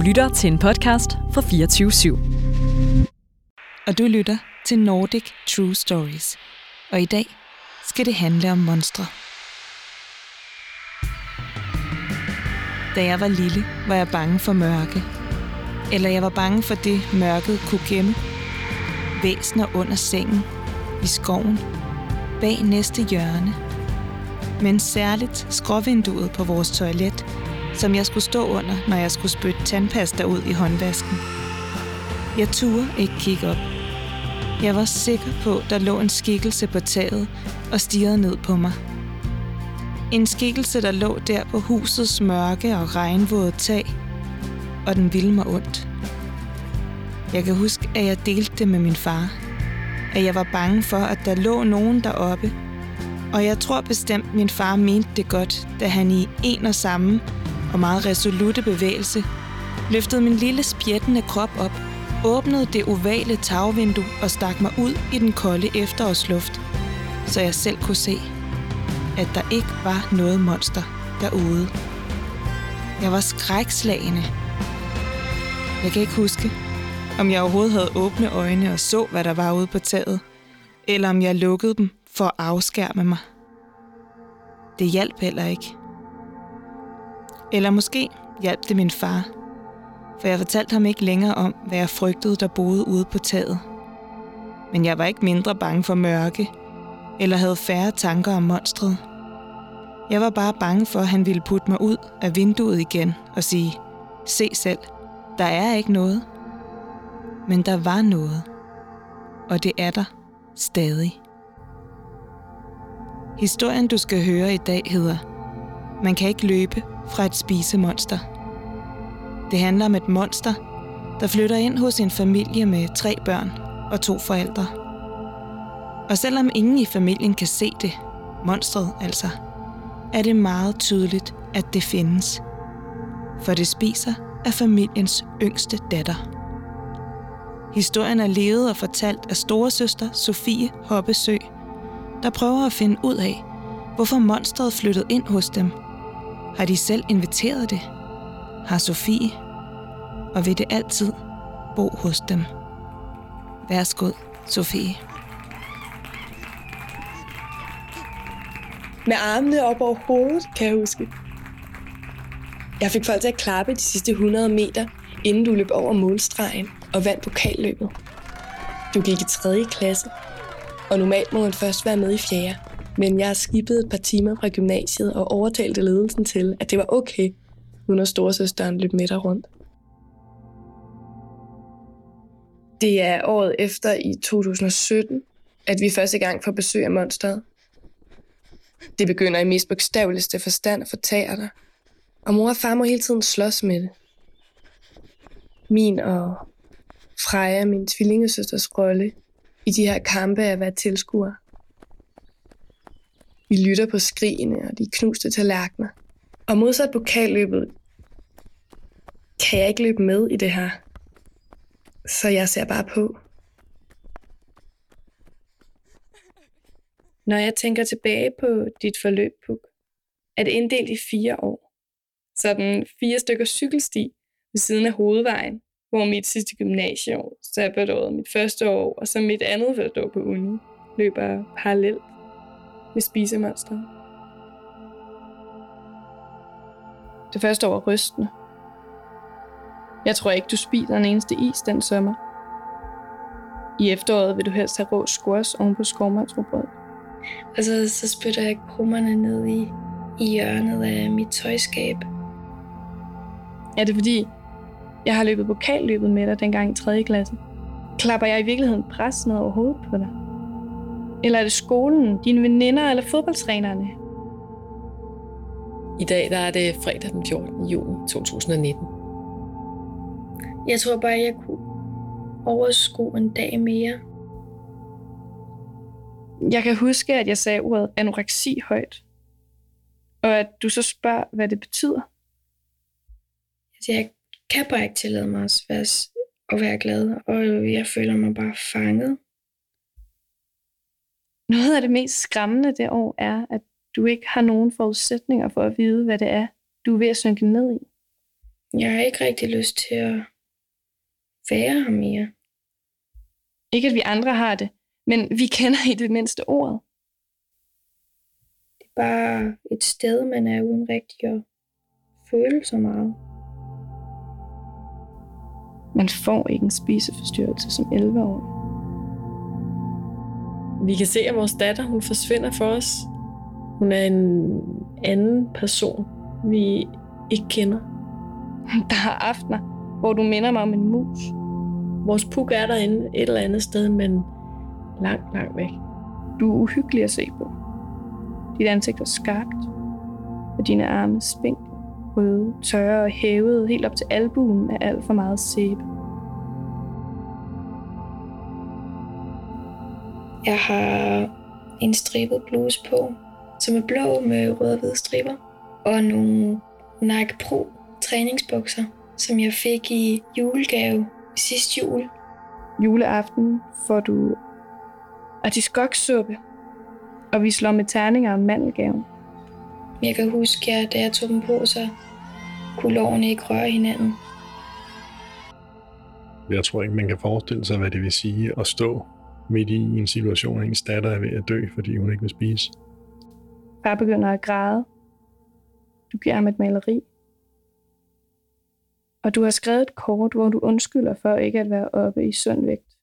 lytter til en podcast fra 24/7. Og du lytter til Nordic True Stories. Og i dag skal det handle om monstre. Da jeg var lille, var jeg bange for mørke. Eller jeg var bange for det, mørket kunne gemme. Væsner under sengen, i skoven, bag næste hjørne. Men særligt skråvinduet på vores toilet, som jeg skulle stå under, når jeg skulle spytte tandpasta ud i håndvasken. Jeg turde ikke kigge op. Jeg var sikker på, der lå en skikkelse på taget og stirrede ned på mig. En skikkelse, der lå der på husets mørke og regnvåde tag, og den ville mig ondt. Jeg kan huske, at jeg delte det med min far. At jeg var bange for, at der lå nogen deroppe. Og jeg tror bestemt, min far mente det godt, da han i en og samme og meget resolutte bevægelse løftede min lille spjættende krop op, åbnede det ovale tagvindue og stak mig ud i den kolde efterårsluft, så jeg selv kunne se, at der ikke var noget monster derude. Jeg var skrækslagne. Jeg kan ikke huske, om jeg overhovedet havde åbne øjne og så, hvad der var ude på taget, eller om jeg lukkede dem for at afskærme mig. Det hjalp heller ikke. Eller måske hjalp det min far, for jeg fortalte ham ikke længere om, hvad jeg frygtede, der boede ude på taget. Men jeg var ikke mindre bange for mørke, eller havde færre tanker om monstret. Jeg var bare bange for, at han ville putte mig ud af vinduet igen og sige, se selv, der er ikke noget. Men der var noget, og det er der stadig. Historien, du skal høre i dag, hedder Man kan ikke løbe fra et spisemonster. Det handler om et monster, der flytter ind hos en familie med 3 børn og 2 forældre. Og selvom ingen i familien kan se det, monstret altså, er det meget tydeligt, at det findes. For det spiser af familiens yngste datter. Historien er levet og fortalt af storesøster Sofie Hoppesø, der prøver at finde ud af, hvorfor monstret flyttede ind hos dem. Har de selv inviteret det? Har Sofie? Og vil det altid bo hos dem? Værsgo, Sofie. Med armene op over hovedet, kan jeg huske. Jeg fik folk til at klappe de sidste 100 meter, inden du løb over målstregen og vandt pokalløbet. Du gik i 3. klasse, og normalt må man først være med i 4. Men jeg skippede et par timer fra gymnasiet og overtalte ledelsen til, at det var okay, nu når storesøsteren løb med dig rundt. Det er året efter i 2017, at vi første gang får besøg af monsteret. Det begynder i mest bogstaveligste forstand at fortære dig, og mor og far må hele tiden slås med det. Min og Freja, min tvillingesøsters rolle i de her kampe er at være tilskuer. Vi lytter på skrigene og de knuste tallerkener. Og modsat pokalløbet kan jeg ikke løbe med i det her. Så jeg ser bare på. Når jeg tænker tilbage på dit forløb, Puk, er det inddelt i 4 år. Sådan 4 stykker cykelsti ved siden af hovedvejen, hvor mit sidste gymnasieår, sabbatåret, mit første år og så mit andet første år på uni løber parallelt med spisemonstret. Det første år var rystende. Jeg tror ikke, du spiser en eneste is den sommer. I efteråret vil du helst have rå squash oven på skovmandsrugbrød. Og så spytter jeg krummerne ned i hjørnet af mit tøjskab. Er det fordi, jeg har løbet pokalløbet med dig dengang i 3. klasse? Klapper jeg i virkeligheden pres ned over hovedet på dig? Eller er det skolen, dine veninder eller fodboldtrænerne? I dag der er det fredag den 14. juni 2019. Jeg tror bare, jeg kunne overskue en dag mere. Jeg kan huske, at jeg sagde ordet anoreksi højt. Og at du så spørger, hvad det betyder. Jeg kan bare ikke tillade mig at være glad, og jeg føler mig bare fanget. Noget af det mest skræmmende det år er, at du ikke har nogen forudsætninger for at vide, hvad det er, du er ved at synke ned i. Jeg har ikke rigtig lyst til at være her mere. Ikke at vi andre har det, men vi kender i det mindste ordet. Det er bare et sted, man er uden rigtig at føle så meget. Man får ikke en spiseforstyrrelse som 11-årig. Vi kan se, at vores datter, hun forsvinder for os. Hun er en anden person, vi ikke kender. Der er aftener, hvor du minder mig om en mus. Vores puk er derinde et eller andet sted, men langt, langt væk. Du er uhyggelig at se på. Dit ansigt er skarpt, og dine arme spinkle, røde, tørre og hævede helt op til albuen af alt for meget sæbe. Jeg har en stribet bluse på, som er blå med røde og hvide striber, og nogle Nike Pro træningsbukser, som jeg fik i julegave sidste jul. Juleaften får du artiskoksuppe, og vi slår med terninger om mandelgaven. Jeg kan huske, at da jeg tog dem på, så kunne lårene ikke røre hinanden. Jeg tror ikke, man kan forestille sig, hvad det vil sige at stå midt i en situation, hvor ens datter er ved at dø, fordi hun ikke vil spise. Far begynder at græde. Du giver ham et maleri. Og du har skrevet et kort, hvor du undskylder for ikke at være oppe i sund vægt.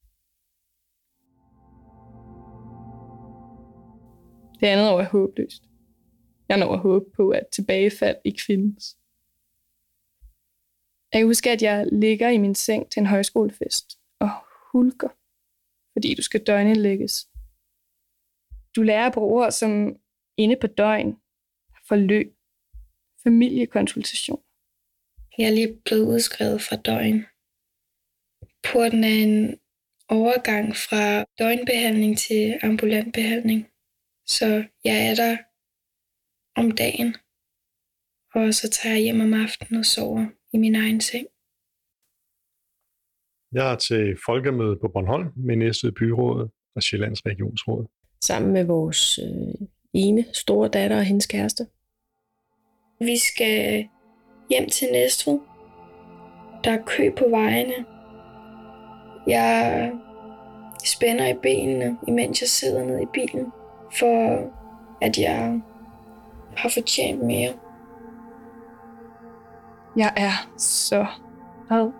Det andet år er håbløst. Jeg når at håbe på, at tilbagefald ikke findes. Jeg kan huske, at jeg ligger i min seng til en højskolefest og hulker, fordi du skal døgnindlægges. Du lærer at bruge ord som inde på døgn, forløb, familiekonsultation. Jeg er lige blevet udskrevet fra døgn. Porten er en overgang fra døgnbehandling til ambulant behandling. Så jeg er der om dagen, og så tager jeg hjem om aftenen og sover i min egen seng. Jeg er til folkemøde på Bornholm med Næstved Byråd og Sjællands Regionsråd. Sammen med vores ene store datter og hendes kæreste. Vi skal hjem til Næstved. Der er kø på vejene. Jeg spænder i benene, imens jeg sidder nede i bilen, for at jeg har fortjent mere. Jeg er så red.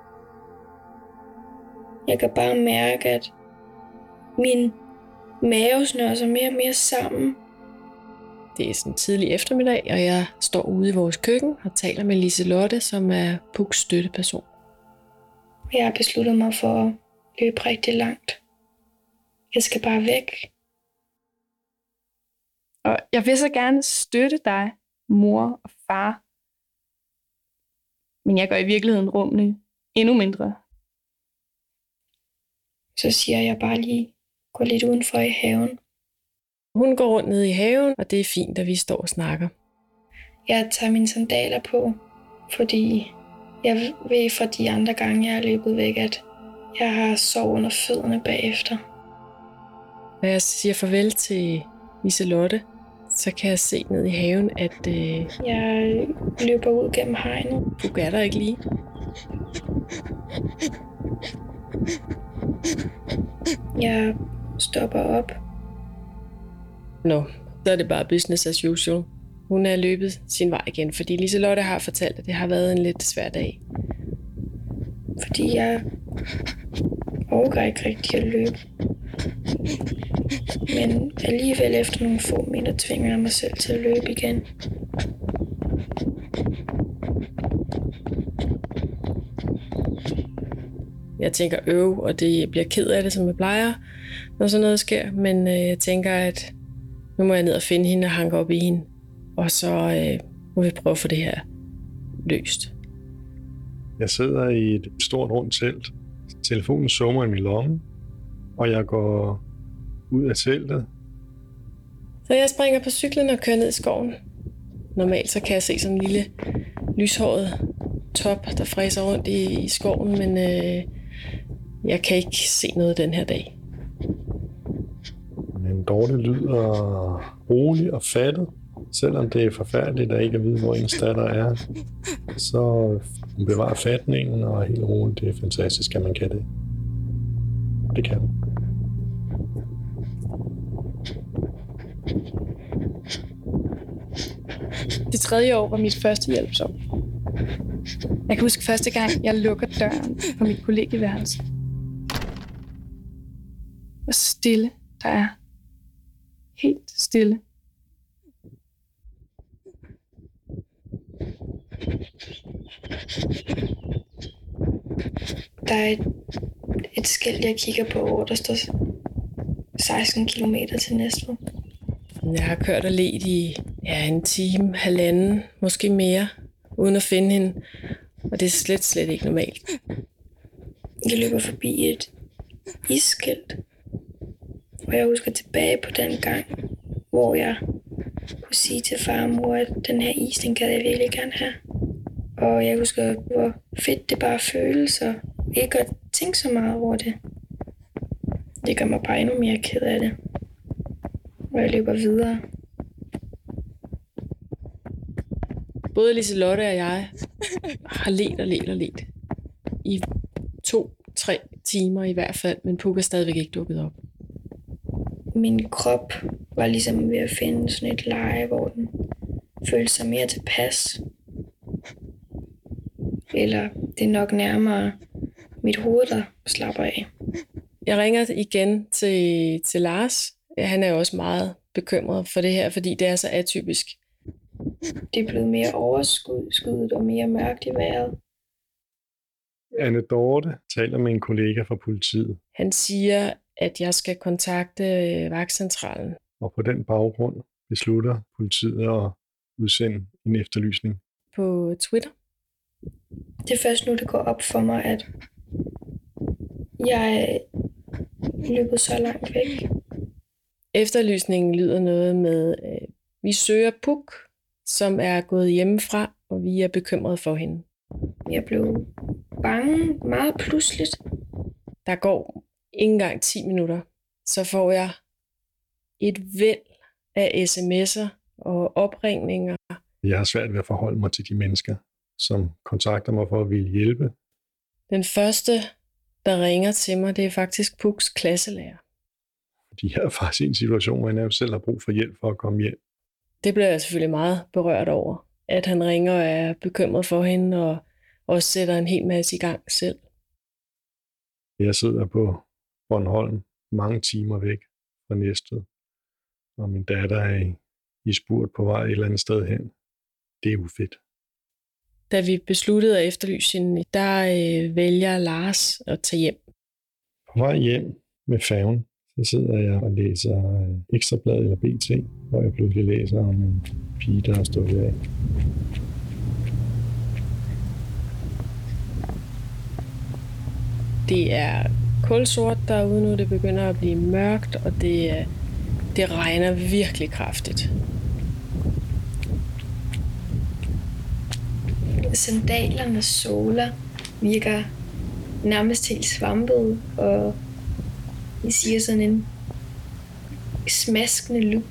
Jeg kan bare mærke, at min mave snører sig mere og mere sammen. Det er sådan tidlig eftermiddag, og jeg står ude i vores køkken og taler med Liselotte, som er Puks støtteperson. Jeg har besluttet mig for at løbe rigtig langt. Jeg skal bare væk. Og jeg vil så gerne støtte dig, mor og far. Men jeg gør i virkeligheden rummene endnu mindre. Så siger jeg bare lige, gå lidt udenfor i haven. Hun går rundt ned i haven, og det er fint, at vi står og snakker. Jeg tager mine sandaler på, fordi jeg ved fra de andre gange, jeg har løbet væk, at jeg har sår under fødderne bagefter. Når jeg siger farvel til Liselotte, så kan jeg se ned i haven, at jeg løber ud gennem hegnet. Puk er der ikke lige. Jeg stopper op. Nå, så er det bare business as usual. Hun er løbet sin vej igen, fordi Liselotte har fortalt, at det har været en lidt svær dag. Fordi jeg orker ikke rigtig at løbe. Men alligevel efter nogle få meter tvinger jeg mig selv til at løbe igen. Jeg tænker og det bliver ked af det, som jeg plejer, når sådan noget sker. Men jeg tænker, at nu må jeg ned og finde hende og hanke op i hende. Og så må vi prøve at få det her løst. Jeg sidder i et stort rundt telt. Telefonen summer i min lomme, og jeg går ud af teltet. Så jeg springer på cyklen og kører ned i skoven. Normalt så kan jeg se sådan en lille lyshåret top, der fræser rundt i skoven, men jeg kan ikke se noget den her dag. Men Dorte lyder rolig og fattet, selvom det er forfærdeligt at ikke vide, hvor ens datter er. så hun bevarer fatningen og er helt roligt. Det er fantastisk, at man kan det. Det kan hun. Det 3. år var mit første hjælpsår. Jeg kan huske første gang, jeg lukker døren på mit kollegieværelse. Hvor stille der er. Helt stille. Der er et skilt, jeg kigger på, hvor der står 16 kilometer til Næstved. Jeg har kørt og ledt i en time, halvanden, måske mere, uden at finde hende. Og det er slet ikke normalt. Jeg løber forbi et isskilt, og jeg husker tilbage på den gang, hvor jeg kunne sige til far og mor, at den her is, den gad jeg virkelig gerne have. Og jeg husker, hvor fedt det bare føles, og ikke at tænke så meget over det. Det gør mig bare endnu mere ked af det. Og jeg løber videre. Både Liselotte og jeg har ledt i 2-3 timer i hvert fald, men Puk er stadigvæk ikke dukket op. Min krop var ligesom ved at finde sådan et leje, hvor den følte sig mere tilpas. Eller det er nok nærmere mit hoved, der slapper af. Jeg ringer igen til Lars. Han er jo også meget bekymret for det her, fordi det er så atypisk. Det er blevet mere overskyet og mere mørkt i vejret. Anne Dorte taler med en kollega fra politiet. Han siger, at jeg skal kontakte vagtcentralen. Og på den baggrund beslutter politiet at udsende en efterlysning. På Twitter. Det er først nu, det går op for mig, at jeg er løbet så langt væk. Efterlysningen lyder noget med, vi søger Puk, som er gået hjemmefra, og vi er bekymrede for hende. Jeg blev bange meget pludseligt. Der går ikke engang 10 minutter, så får jeg et væld af sms'er og opringninger. Jeg har svært ved at forholde mig til de mennesker, som kontakter mig for at ville hjælpe. Den første, der ringer til mig, det er faktisk Puks klasselærer. De er faktisk i en situation, hvor jeg selv har brug for hjælp for at komme hjem. Det bliver jeg selvfølgelig meget berørt over, at han ringer og er bekymret for hende, og også sætter en hel masse i gang selv. Jeg sidder på Bornholm mange timer væk fra Næstved, og min datter er i spurt på vej et eller andet sted hen. Det er ufedt. Da vi besluttede at efterlyse hende, der vælger Lars at tage hjem. På vej hjem med færgen, så sidder jeg og læser Ekstrabladet eller BT, hvor jeg pludselig læser om en pige, der har stået af. Det er kulsort derude nu, det begynder at blive mørkt, og det regner virkelig kraftigt. Sandalernes såler virker nærmest helt svampede, og I siger sådan en smaskende look.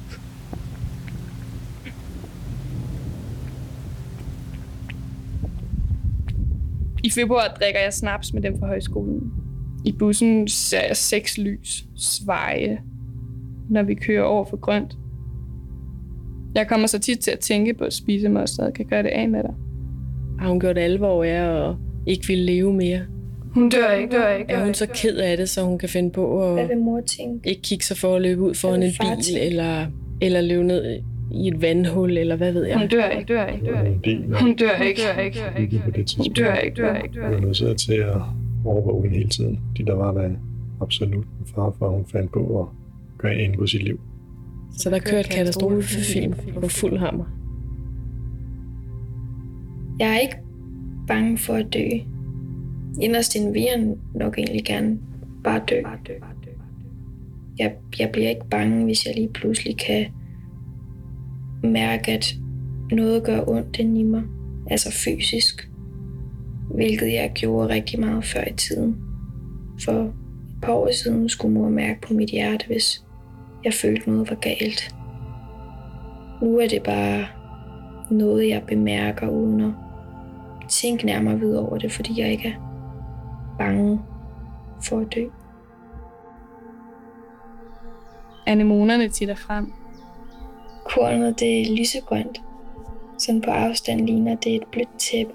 I februar drikker jeg snaps med dem fra højskolen. I bussen ser jeg 6 lys sveje, når vi kører over for grønt. Jeg kommer så tit til at tænke på at spise mig og stadig kan gøre det af med dig. Har hun gjort alvor af at ikke ville leve mere? Hun dør ikke. Er hun så ked af det, så hun kan finde på at Hvad vil mor tænke? ikke kigge sig for at løbe ud foran en bil, eller løbe ned i et vandhul, eller hvad ved jeg? Hun dør ikke. Hun dør ikke. På det tidspunkt. Hun dør ikke. Jeg var nødt til at overvåge hende hele tiden, fordi der var der absolut en far for, at hun fandt på at gøre ind på sit liv. Så der kørte katastrofefilm på fuld hammer. Jeg er ikke bange for at dø. Inderst inde vil jeg nok egentlig gerne bare dø. Jeg bliver ikke bange, hvis jeg lige pludselig kan mærke, at noget gør ondt inde i mig. Altså fysisk. Hvilket jeg gjorde rigtig meget før i tiden. For et par år siden skulle mor mærke på mit hjerte, hvis jeg følte noget var galt. Nu er det bare noget, jeg bemærker uden at tænke nærmere videre over det, fordi jeg ikke er bange for at dø. Anemonerne titter frem. Kornet, det er lysegrønt. Sådan på afstand ligner det et blødt tæppe.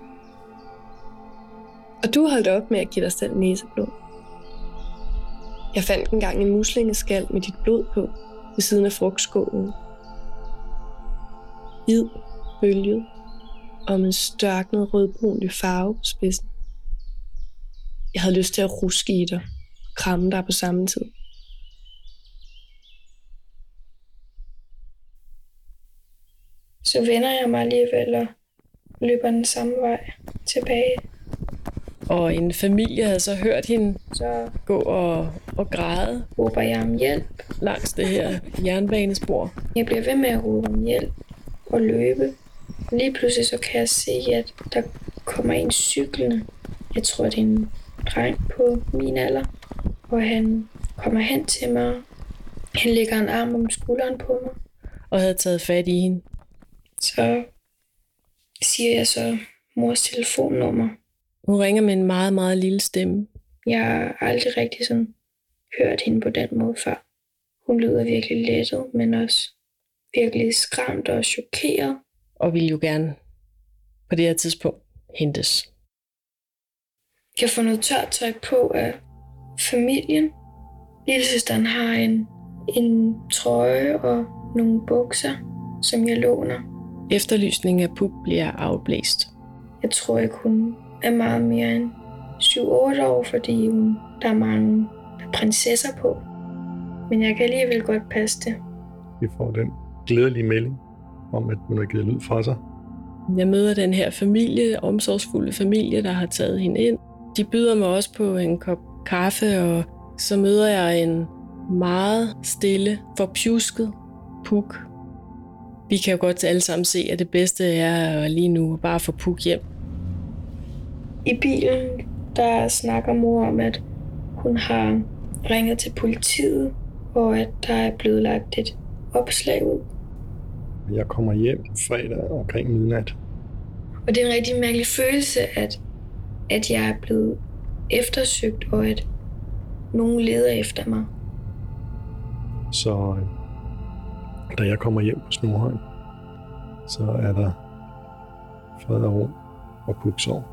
Og du holdt op med at give dig selv næseblod. Jeg fandt engang en muslingeskal med dit blod på ved siden af frugtskålen. Hvid, bølget og med en størknet rødbrunlig farve på spidsen. Jeg havde lyst til at ruske i dig og kramme dig på samme tid. Så vender jeg mig alligevel og løber den samme vej tilbage. Og en familie havde så hørt hende så gå og græde. Råber jeg om hjælp. Langs det her jernbanespor. Jeg bliver ved med at råbe om hjælp og løbe. Lige pludselig så kan jeg se, at der kommer en cyklende. Jeg tror, det er en dreng på min alder. Og han kommer hen til mig. Han lægger en arm om skulderen på mig. Og havde taget fat i hende. Så siger jeg så mors telefonnummer. Hun ringer med en meget, meget lille stemme. Jeg har aldrig rigtig sådan hørt hende på den måde før. Hun lyder virkelig lettet, men også virkelig skræmt og chokeret. Og ville jo gerne på det her tidspunkt hentes. Jeg får noget tørt tøj på af familien. Lillesøsteren har en trøje og nogle bukser, som jeg låner. Efterlysningen af Puk bliver afblæst. Jeg tror ikke, hun er meget mere end 7-8 år, fordi der er mange prinsesser på. Men jeg kan alligevel godt passe det. Vi får den glædelige melding om, at hun har givet lyd fra sig. Jeg møder den her familie, omsorgsfulde familie, der har taget hende ind. De byder mig også på en kop kaffe, og så møder jeg en meget stille, forpjusket Puk. Vi kan jo godt alle sammen se, at det bedste er lige nu bare få Puk hjem. I bilen, der snakker mor om, at hun har ringet til politiet, og at der er blevet lagt et opslag ud. Jeg kommer hjem fredag omkring midnat. Og det er en rigtig mærkelig følelse, at jeg er blevet eftersøgt, og at nogen leder efter mig. Så da jeg kommer hjem på Snoghøjen, så er der fred og ro og Puk sov.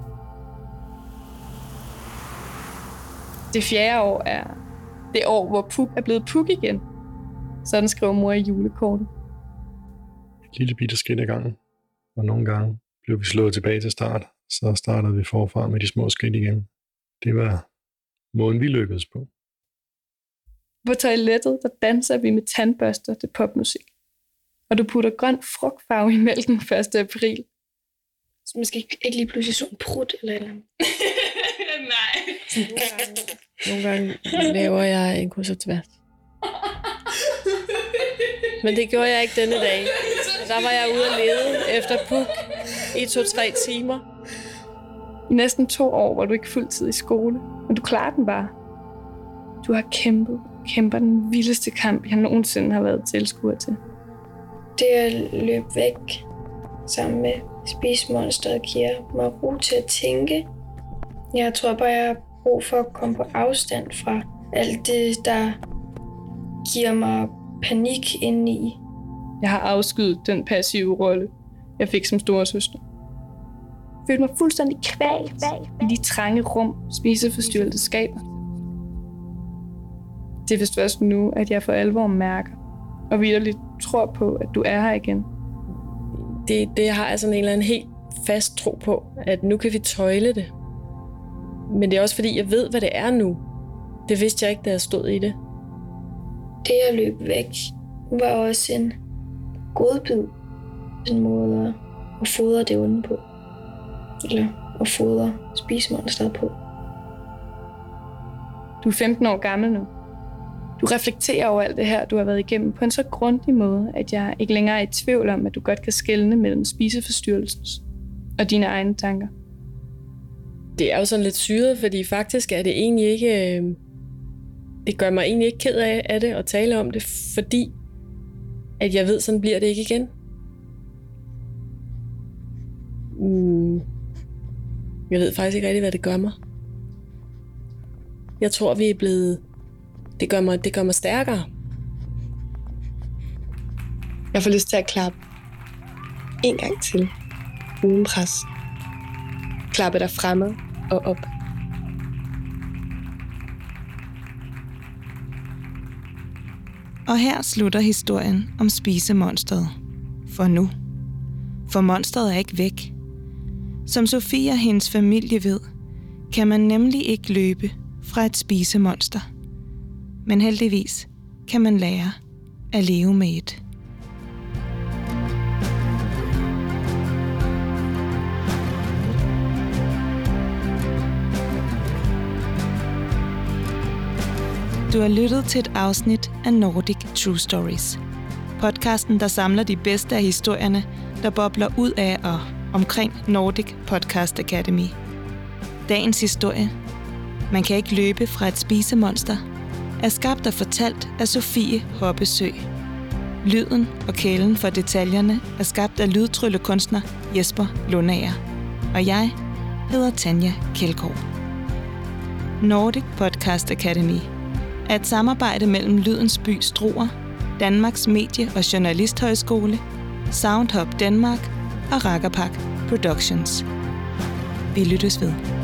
Det 4. år er det år, hvor Puk er blevet Puk igen. Sådan skriver mor i julekortet. Et lille bitte skridt ad gangen, og nogle gange blev vi slået tilbage til start, så startede vi forfra med de små skridt igen. Det var måden, vi lykkedes på. På toilettet, der danser vi med tandbørster til popmusik. Og du putter grøn frugtfarve i mælken 1. april. Så man skal ikke lige pludselig sådan en prut eller eller andet. Nej. Nogle gange laver jeg en kryds og tværs. Men det gjorde jeg ikke denne dag. Der var jeg ude at lede efter Puk i 2-3 timer. I næsten 2 år var du ikke fuldtid i skole, men du klarer den bare. Du har kæmper den vildeste kamp, jeg nogensinde har været tilskuer til. Det at løbe væk sammen med spisemonsteret giver mig ro til at tænke. Jeg tror bare, jeg har brug for at komme på afstand fra alt det, der giver mig panik indeni. Jeg har afskyet den passive rolle, jeg fik som storesøster. Jeg følte mig fuldstændig kvalt i de trange rum, spiseforstyrrelser skaber. Det er vist først nu, at jeg for alvor mærker og vitterligt tror på, at du er her igen. Det har jeg sådan en eller anden helt fast tro på, at nu kan vi tøjle det. Men det er også fordi, jeg ved, hvad det er nu. Det vidste jeg ikke, da jeg stod i det. Det at løbe væk var også en godbid. En måde at fodre det onde på. Eller at fodre spisemonsteret på. Du er 15 år gammel nu. Du reflekterer over alt det her, du har været igennem på en så grundig måde, at jeg ikke længere er i tvivl om, at du godt kan skelne mellem spiseforstyrrelsen og dine egne tanker. Det er jo sådan lidt syret, fordi faktisk er det egentlig ikke... Det gør mig egentlig ikke ked af det at tale om det, fordi at jeg ved, sådan bliver det ikke igen. Jeg ved faktisk ikke rigtig, hvad det gør mig. Jeg tror, vi er blevet... Det gør mig stærkere. Jeg får lyst til at klappe en gang til, uden pres. Klappe dig fremad og op. Og her slutter historien om spisemonstret. For nu. For monstret er ikke væk. Som Sofie og hendes familie ved, kan man nemlig ikke løbe fra et spisemonster. Men heldigvis kan man lære at leve med et. Du har lyttet til et afsnit af Nordic True Stories. Podcasten, der samler de bedste af historierne, der bobler ud af og omkring Nordic Podcast Academy. Dagens historie, Man kan ikke løbe fra et spisemonster, er skabt og fortalt af Sofie Hoppesø. Lyden og kælen for detaljerne er skabt af lydtryllekunstner Jesper Lundager. Og jeg hedder Tanja Kjeldgaard. Nordic Podcast Academy er et samarbejde mellem Lydens By Struer, Danmarks Medie- og Journalisthøjskole, Soundhop Danmark og Rakkerpak Productions. Vi lyttes ved.